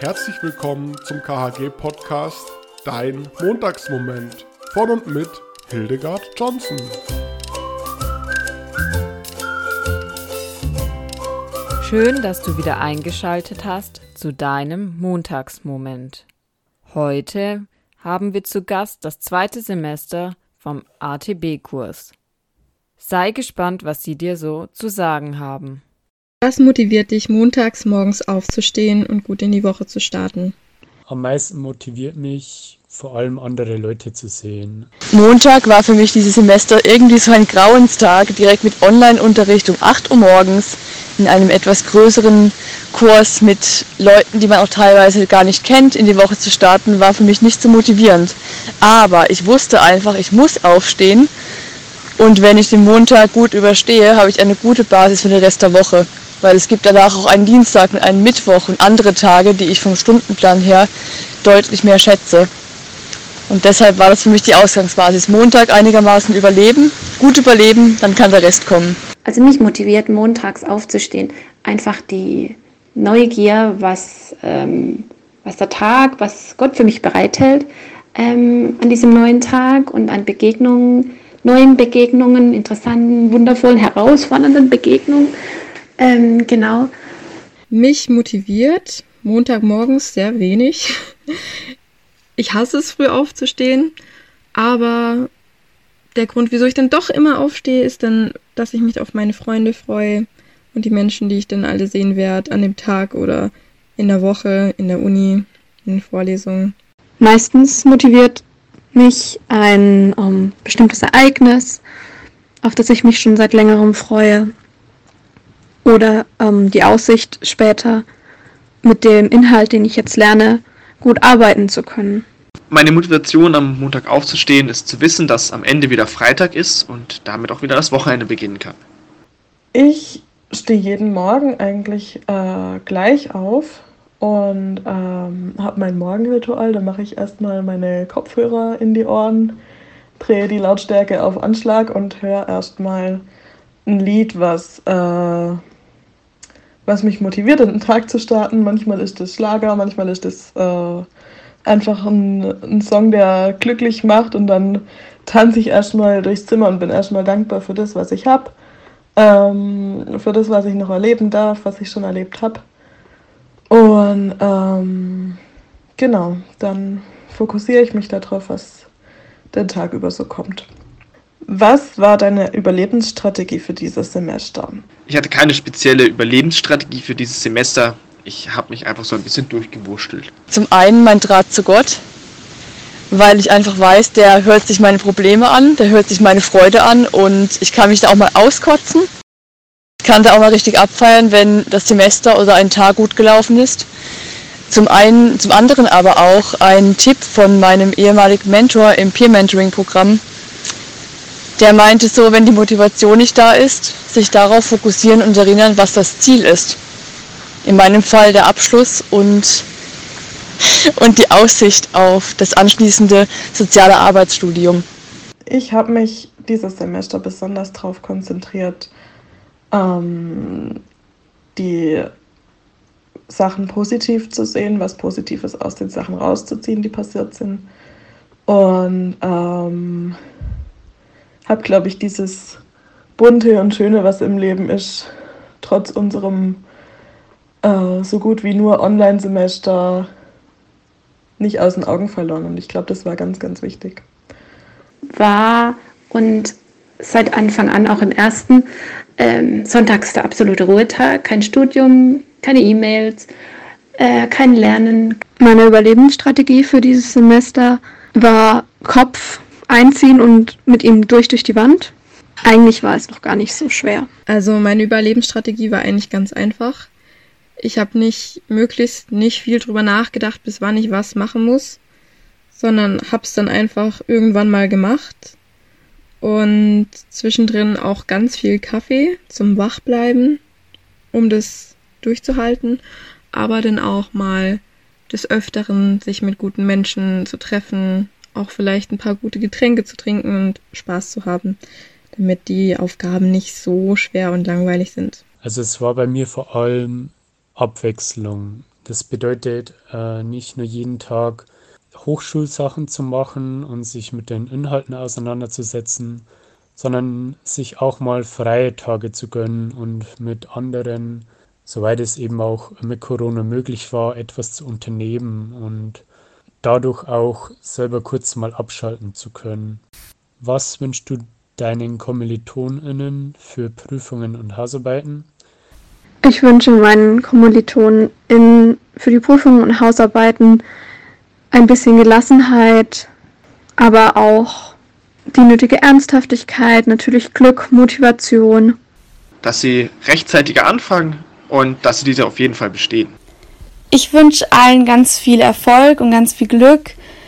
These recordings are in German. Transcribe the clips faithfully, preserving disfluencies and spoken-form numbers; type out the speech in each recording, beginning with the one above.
Herzlich willkommen zum K H G-Podcast Dein Montagsmoment von und mit Hildegard Johnson. Schön, dass du wieder eingeschaltet hast zu deinem Montagsmoment. Heute haben wir zu Gast das zweite Semester vom A T B-Kurs. Sei gespannt, was sie dir so zu sagen haben. Was motiviert dich, montags morgens aufzustehen und gut in die Woche zu starten? Am meisten motiviert mich, vor allem andere Leute zu sehen. Montag war für mich dieses Semester irgendwie so ein Grauenstag, direkt mit Online-Unterricht um acht Uhr morgens in einem etwas größeren Kurs mit Leuten, die man auch teilweise gar nicht kennt, in die Woche zu starten, war für mich nicht so motivierend. Aber ich wusste einfach, ich muss aufstehen und wenn ich den Montag gut überstehe, habe ich eine gute Basis für den Rest der Woche. Weil es gibt danach auch einen Dienstag und einen Mittwoch und andere Tage, die ich vom Stundenplan her deutlich mehr schätze. Und deshalb war das für mich die Ausgangsbasis. Montag einigermaßen überleben, gut überleben, dann kann der Rest kommen. Also mich motiviert, montags aufzustehen, einfach die Neugier, was, ähm, was der Tag, was Gott für mich bereithält ähm, an diesem neuen Tag und an Begegnungen, neuen Begegnungen, interessanten, wundervollen, herausfordernden Begegnungen. Ähm, genau. Mich motiviert Montagmorgens sehr wenig. Ich hasse es, früh aufzustehen, aber der Grund, wieso ich dann doch immer aufstehe, ist dann, dass ich mich auf meine Freunde freue und die Menschen, die ich dann alle sehen werde an dem Tag oder in der Woche, in der Uni, in den Vorlesungen. Meistens motiviert mich ein um, bestimmtes Ereignis, auf das ich mich schon seit längerem freue. Oder ähm, die Aussicht, später mit dem Inhalt, den ich jetzt lerne, gut arbeiten zu können. Meine Motivation, am Montag aufzustehen, ist zu wissen, dass am Ende wieder Freitag ist und damit auch wieder das Wochenende beginnen kann. Ich stehe jeden Morgen eigentlich äh, gleich auf und ähm, habe mein Morgenritual. Da mache ich erstmal meine Kopfhörer in die Ohren, drehe die Lautstärke auf Anschlag und höre erstmal ein Lied, was... Äh, was mich motiviert, in den Tag zu starten. Manchmal ist es Schlager, manchmal ist es äh, einfach ein, ein Song, der glücklich macht und dann tanze ich erstmal durchs Zimmer und bin erstmal dankbar für das, was ich habe, ähm, für das, was ich noch erleben darf, was ich schon erlebt habe. Und ähm, genau, dann fokussiere ich mich darauf, was den Tag über so kommt. Was war deine Überlebensstrategie für dieses Semester? Ich hatte keine spezielle Überlebensstrategie für dieses Semester. Ich habe mich einfach so ein bisschen durchgewurschtelt. Zum einen mein Draht zu Gott, weil ich einfach weiß, der hört sich meine Probleme an, der hört sich meine Freude an und ich kann mich da auch mal auskotzen. Ich kann da auch mal richtig abfeiern, wenn das Semester oder ein Tag gut gelaufen ist. Zum einen, zum anderen aber auch ein Tipp von meinem ehemaligen Mentor im Peer-Mentoring-Programm. Der meinte so, wenn die Motivation nicht da ist, sich darauf fokussieren und erinnern, was das Ziel ist. In meinem Fall der Abschluss und, und die Aussicht auf das anschließende soziale Arbeitsstudium. Ich habe mich dieses Semester besonders darauf konzentriert, ähm, die Sachen positiv zu sehen, was Positives aus den Sachen rauszuziehen, die passiert sind. Und ähm, habe, glaube ich, dieses Bunte und Schöne, was im Leben ist, trotz unserem äh, so gut wie nur Online-Semester nicht aus den Augen verloren. Und ich glaube, das war ganz, ganz wichtig. War und seit Anfang an auch im ersten ähm, sonntags der absolute Ruhetag. Kein Studium, keine E-Mails, äh, kein Lernen. Meine Überlebensstrategie für dieses Semester war Kopf einziehen und mit ihm durch durch die Wand. Eigentlich war es noch gar nicht so schwer. Also meine Überlebensstrategie war eigentlich ganz einfach. Ich habe nicht möglichst nicht viel drüber nachgedacht, bis wann ich was machen muss, sondern habe es dann einfach irgendwann mal gemacht und zwischendrin auch ganz viel Kaffee zum Wachbleiben, um das durchzuhalten, aber dann auch mal des Öfteren sich mit guten Menschen zu treffen, auch vielleicht ein paar gute Getränke zu trinken und Spaß zu haben, damit die Aufgaben nicht so schwer und langweilig sind. Also es war bei mir vor allem Abwechslung. Das bedeutet, äh, nicht nur jeden Tag Hochschulsachen zu machen und sich mit den Inhalten auseinanderzusetzen, sondern sich auch mal freie Tage zu gönnen und mit anderen, soweit es eben auch mit Corona möglich war, etwas zu unternehmen und dadurch auch selber kurz mal abschalten zu können. Was wünschst du deinen KommilitonInnen für Prüfungen und Hausarbeiten? Ich wünsche meinen Kommilitonen in, für die Prüfungen und Hausarbeiten ein bisschen Gelassenheit, aber auch die nötige Ernsthaftigkeit, natürlich Glück, Motivation. Dass sie rechtzeitiger anfangen und dass sie diese auf jeden Fall bestehen. Ich wünsche allen ganz viel Erfolg und ganz viel Glück,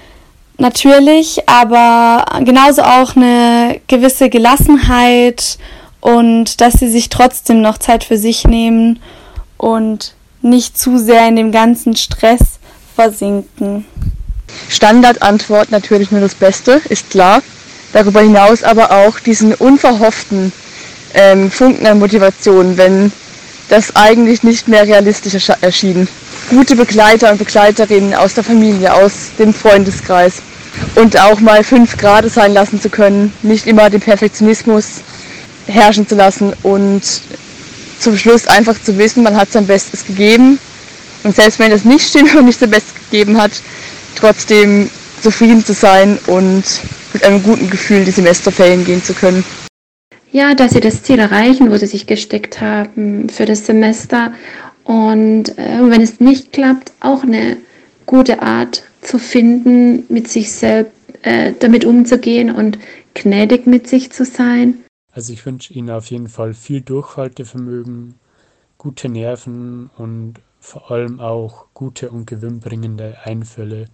natürlich, aber genauso auch eine gewisse Gelassenheit und dass sie sich trotzdem noch Zeit für sich nehmen und nicht zu sehr in dem ganzen Stress versinken. Standardantwort natürlich nur das Beste, ist klar. Darüber hinaus aber auch diesen unverhofften ähm, Funken an Motivation, wenn das eigentlich nicht mehr realistisch erschien. Gute Begleiter und Begleiterinnen aus der Familie, aus dem Freundeskreis und auch mal fünf Grade sein lassen zu können, nicht immer den Perfektionismus herrschen zu lassen und zum Schluss einfach zu wissen, man hat sein Bestes gegeben und selbst wenn das nicht stimmt und nicht sein Bestes gegeben hat, trotzdem zufrieden zu sein und mit einem guten Gefühl die Semesterferien gehen zu können. Ja, dass sie das Ziel erreichen, wo sie sich gesteckt haben für das Semester und äh, wenn es nicht klappt, auch eine gute Art zu finden, mit sich selbst äh, damit umzugehen und gnädig mit sich zu sein. Also ich wünsche Ihnen auf jeden Fall viel Durchhaltevermögen, gute Nerven und vor allem auch gute und gewinnbringende Einfälle.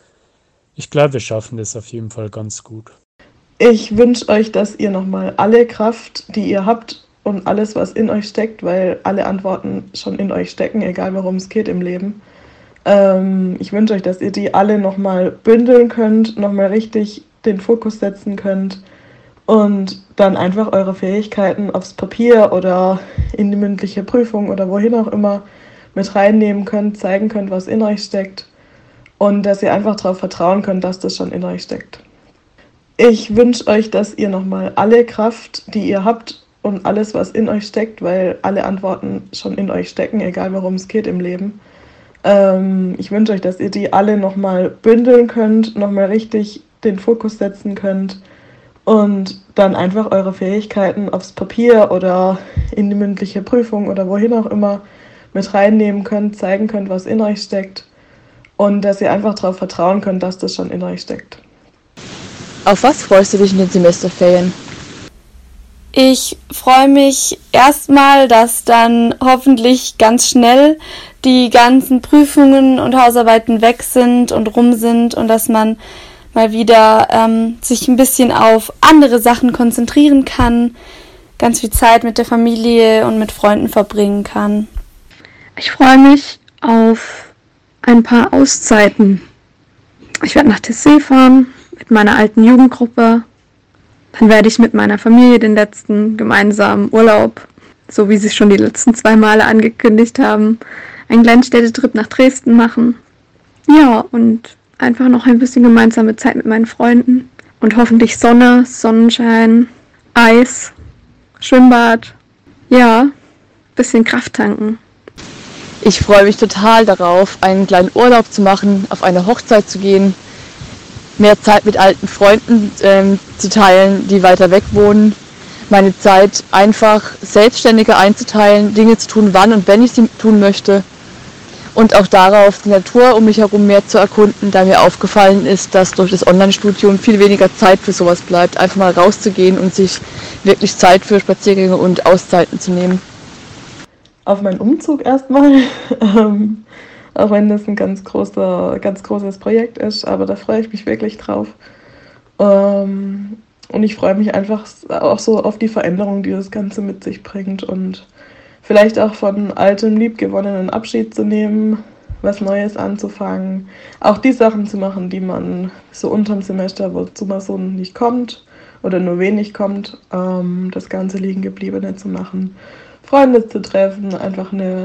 Ich glaube, wir schaffen das auf jeden Fall ganz gut. Ich wünsche euch, dass ihr nochmal alle Kraft, die ihr habt und alles, was in euch steckt, weil alle Antworten schon in euch stecken, egal worum es geht im Leben. Ähm, ich wünsche euch, dass ihr die alle nochmal bündeln könnt, nochmal richtig den Fokus setzen könnt und dann einfach eure Fähigkeiten aufs Papier oder in die mündliche Prüfung oder wohin auch immer mit reinnehmen könnt, zeigen könnt, was in euch steckt und dass ihr einfach darauf vertrauen könnt, dass das schon in euch steckt. Ich wünsche euch, dass ihr nochmal alle Kraft, die ihr habt und alles, was in euch steckt, weil alle Antworten schon in euch stecken, egal worum es geht im Leben. Ähm, ich wünsche euch, dass ihr die alle nochmal bündeln könnt, nochmal richtig den Fokus setzen könnt und dann einfach eure Fähigkeiten aufs Papier oder in die mündliche Prüfung oder wohin auch immer mit reinnehmen könnt, zeigen könnt, was in euch steckt und dass ihr einfach darauf vertrauen könnt, dass das schon in euch steckt. Auf was freust du dich in den Semesterferien? Ich freue mich erstmal, dass dann hoffentlich ganz schnell die ganzen Prüfungen und Hausarbeiten weg sind und rum sind und dass man mal wieder ähm, sich ein bisschen auf andere Sachen konzentrieren kann, ganz viel Zeit mit der Familie und mit Freunden verbringen kann. Ich freue mich auf ein paar Auszeiten. Ich werde nach Tessé fahren mit meiner alten Jugendgruppe. Dann werde ich mit meiner Familie den letzten gemeinsamen Urlaub, so wie sie es schon die letzten zwei Male angekündigt haben, einen kleinen Städtetrip nach Dresden machen. Ja, und einfach noch ein bisschen gemeinsame Zeit mit meinen Freunden. Und hoffentlich Sonne, Sonnenschein, Eis, Schwimmbad. Ja, bisschen Kraft tanken. Ich freue mich total darauf, einen kleinen Urlaub zu machen, auf eine Hochzeit zu gehen, mehr Zeit mit alten Freunden ähm, zu teilen, die weiter weg wohnen, meine Zeit einfach selbstständiger einzuteilen, Dinge zu tun, wann und wenn ich sie tun möchte und auch darauf, die Natur um mich herum mehr zu erkunden, da mir aufgefallen ist, dass durch das Online-Studium viel weniger Zeit für sowas bleibt, einfach mal rauszugehen und sich wirklich Zeit für Spaziergänge und Auszeiten zu nehmen. Auf meinen Umzug erstmal, ähm, auch wenn das ein ganz großer, ganz großes Projekt ist, aber da freue ich mich wirklich drauf. Ähm, und ich freue mich einfach auch so auf die Veränderung, die das Ganze mit sich bringt und vielleicht auch von altem, liebgewonnenen Abschied zu nehmen, was Neues anzufangen, auch die Sachen zu machen, die man so unterm Semester, wozu man so nicht kommt oder nur wenig kommt, ähm, das ganze Liegengebliebene zu machen. Freunde zu treffen, einfach eine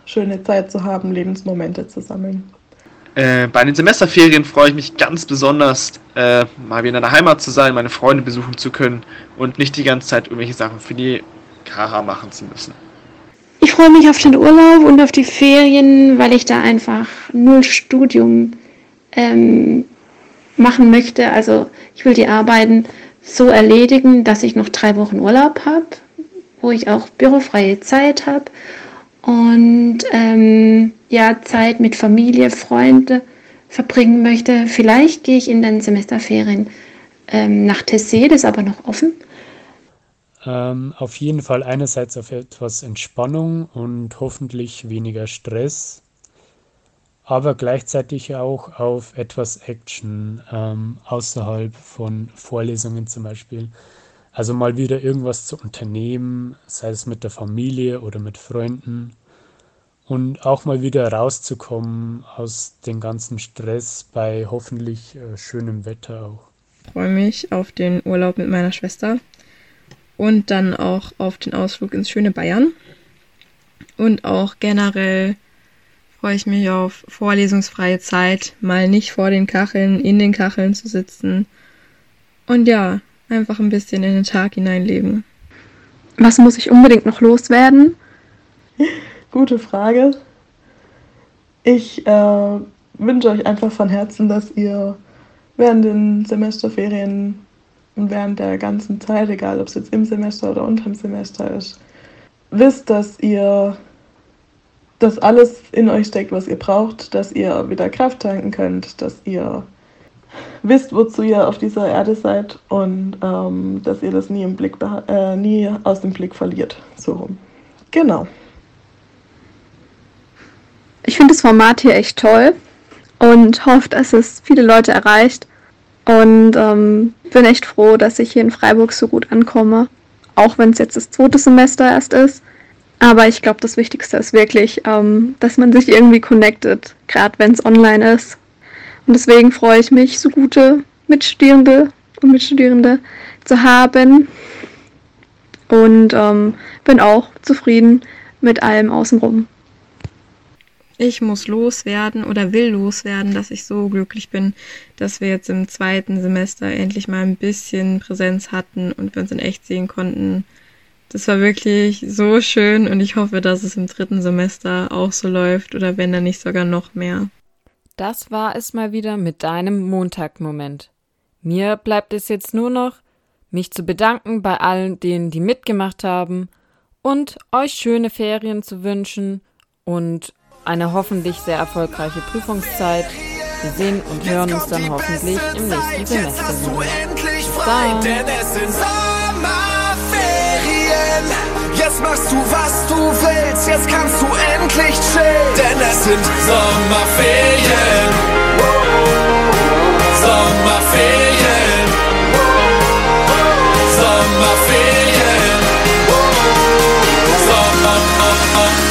schöne Zeit zu haben, Lebensmomente zu sammeln. Äh, bei den Semesterferien freue ich mich ganz besonders, äh, mal wieder in der Heimat zu sein, meine Freunde besuchen zu können und nicht die ganze Zeit irgendwelche Sachen für die K H machen zu müssen. Ich freue mich auf den Urlaub und auf die Ferien, weil ich da einfach null Studium ähm, machen möchte. Also ich will die Arbeiten so erledigen, dass ich noch drei Wochen Urlaub habe, wo ich auch bürofreie Zeit habe und ähm, ja, Zeit mit Familie, Freunde verbringen möchte. Vielleicht gehe ich in den Semesterferien ähm, nach Tessé, das ist aber noch offen. Ähm, auf jeden Fall einerseits auf etwas Entspannung und hoffentlich weniger Stress, aber gleichzeitig auch auf etwas Action ähm, außerhalb von Vorlesungen zum Beispiel. Also mal wieder irgendwas zu unternehmen, sei es mit der Familie oder mit Freunden. Und auch mal wieder rauszukommen aus dem ganzen Stress bei hoffentlich äh, schönem Wetter auch. Ich freue mich auf den Urlaub mit meiner Schwester und dann auch auf den Ausflug ins schöne Bayern. Und auch generell freue ich mich auf vorlesungsfreie Zeit, mal nicht vor den Kacheln, in den Kacheln zu sitzen. Und ja, einfach ein bisschen in den Tag hineinleben. Was muss ich unbedingt noch loswerden? Gute Frage. Ich äh, wünsche euch einfach von Herzen, dass ihr während den Semesterferien und während der ganzen Zeit, egal ob es jetzt im Semester oder unterm Semester ist, wisst, dass ihr dass alles in euch steckt, was ihr braucht, dass ihr wieder Kraft tanken könnt, dass ihr wisst, wozu ihr auf dieser Erde seid und ähm, dass ihr das nie im Blick beha- äh, nie aus dem Blick verliert. So rum. Genau. Ich finde das Format hier echt toll und hoffe, dass es viele Leute erreicht. Und ähm, bin echt froh, dass ich hier in Freiburg so gut ankomme. Auch wenn es jetzt das zweite Semester erst ist. Aber ich glaube, das Wichtigste ist wirklich, ähm, dass man sich irgendwie connectet, gerade wenn es online ist. Und deswegen freue ich mich, so gute Mitstudierende und Mitstudierende zu haben. Und ähm, bin auch zufrieden mit allem außenrum. Ich muss loswerden oder will loswerden, dass ich so glücklich bin, dass wir jetzt im zweiten Semester endlich mal ein bisschen Präsenz hatten und wir uns in echt sehen konnten. Das war wirklich so schön und ich hoffe, dass es im dritten Semester auch so läuft oder wenn dann nicht sogar noch mehr. Das war es mal wieder mit deinem Montag-Moment. Mir bleibt es jetzt nur noch, mich zu bedanken bei allen denen, die mitgemacht haben und euch schöne Ferien zu wünschen und eine hoffentlich sehr erfolgreiche Prüfungszeit. Wir sehen und hören uns dann hoffentlich im nächsten Semester wieder. Bis dann. Denn es sind Sommerferien. Jetzt machst du, was du willst. Jetzt kannst du endlich chillen. Denn es sind Sommerferien. Sommerferien. Sommerferien. Sommerferien.